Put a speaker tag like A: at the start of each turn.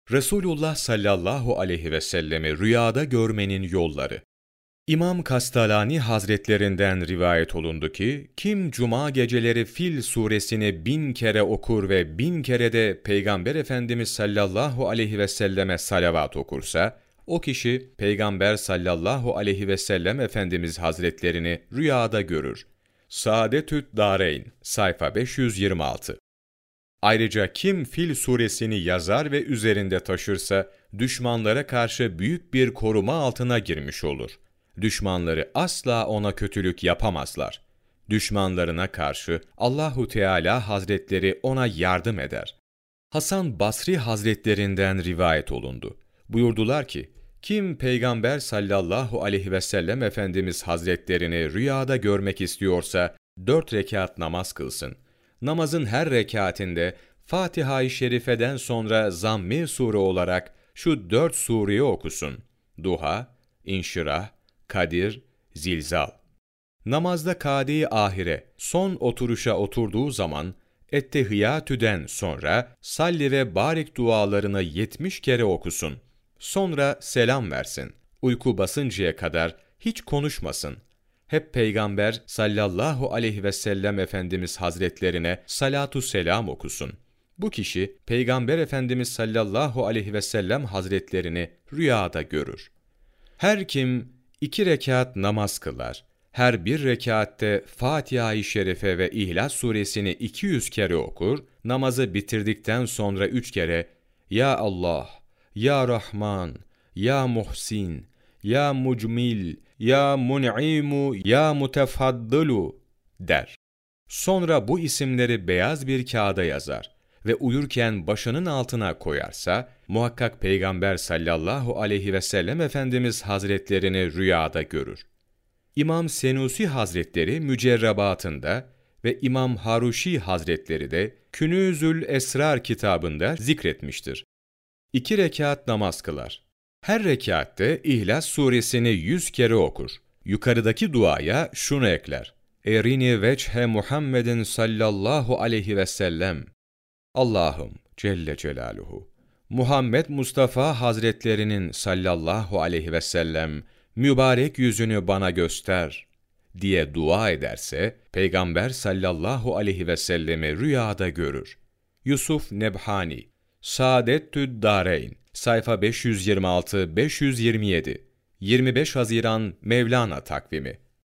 A: Resulullah sallallahu aleyhi ve sellemi rüyada görmenin yolları. İmam Kastalani Hazretlerinden rivayet olundu ki, kim cuma geceleri Fil suresini 1000 kere okur ve 1000 kere de Peygamber Efendimiz sallallahu aleyhi ve selleme salavat okursa, o kişi Peygamber sallallahu aleyhi ve sellem Efendimiz Hazretlerini rüyada görür. Saadetü'd-Dâreyn, sayfa 526. Ayrıca kim Fil suresini yazar ve üzerinde taşırsa, düşmanlara karşı büyük bir koruma altına girmiş olur. Düşmanları asla ona kötülük yapamazlar. Düşmanlarına karşı Allahu Teala Hazretleri ona yardım eder. Hasan Basri Hazretlerinden rivayet olundu. Buyurdular ki, kim Peygamber sallallahu aleyhi ve sellem Efendimiz Hazretlerini rüyada görmek istiyorsa 4 rekat namaz kılsın. Namazın her rekatinde Fatiha-i Şerife'den sonra Zamm-ı Sure olarak şu 4 sureyi okusun. Duha, İnşirah, Kadir, Zilzal. Namazda kâde-i ahire son oturuşa oturduğu zaman Ettehiyyatü'den sonra salli ve barik dualarını 70 kere okusun. Sonra selam versin. Uyku basıncaya kadar hiç konuşmasın. Hep Peygamber sallallahu aleyhi ve sellem Efendimiz Hazretlerine salatu selam okusun. Bu kişi Peygamber Efendimiz sallallahu aleyhi ve sellem Hazretlerini rüyada görür. Her kim 2 rekat namaz kılar, her bir rekatte Fatiha-i Şerife ve İhlas suresini 200 kere okur, namazı bitirdikten sonra 3 kere Ya Allah, Ya Rahman, Ya Muhsin, Ya Mucmil, Ya Mun'imu, Ya Mutefaddilu der. Sonra bu isimleri beyaz bir kağıda yazar ve uyurken başının altına koyarsa, muhakkak Peygamber sallallahu aleyhi ve sellem Efendimiz Hazretlerini rüyada görür. İmam Senusi Hazretleri Mücerrebatında ve İmam Haruşi Hazretleri de Künûzül Esrar kitabında zikretmiştir. 2 rekat namaz kılar. Her rekatte İhlas suresini 100 kere okur. Yukarıdaki duaya şunu ekler: Erini veçhe Muhammedin sallallahu aleyhi ve sellem. Allah'ım Celle Celaluhu, Muhammed Mustafa Hazretlerinin sallallahu aleyhi ve sellem mübarek yüzünü bana göster diye dua ederse, Peygamber sallallahu aleyhi ve sellemi rüyada görür. Yusuf Nebhani, Saadetü'd-Dâreyn, sayfa 526-527, 25 Haziran Mevlana takvimi.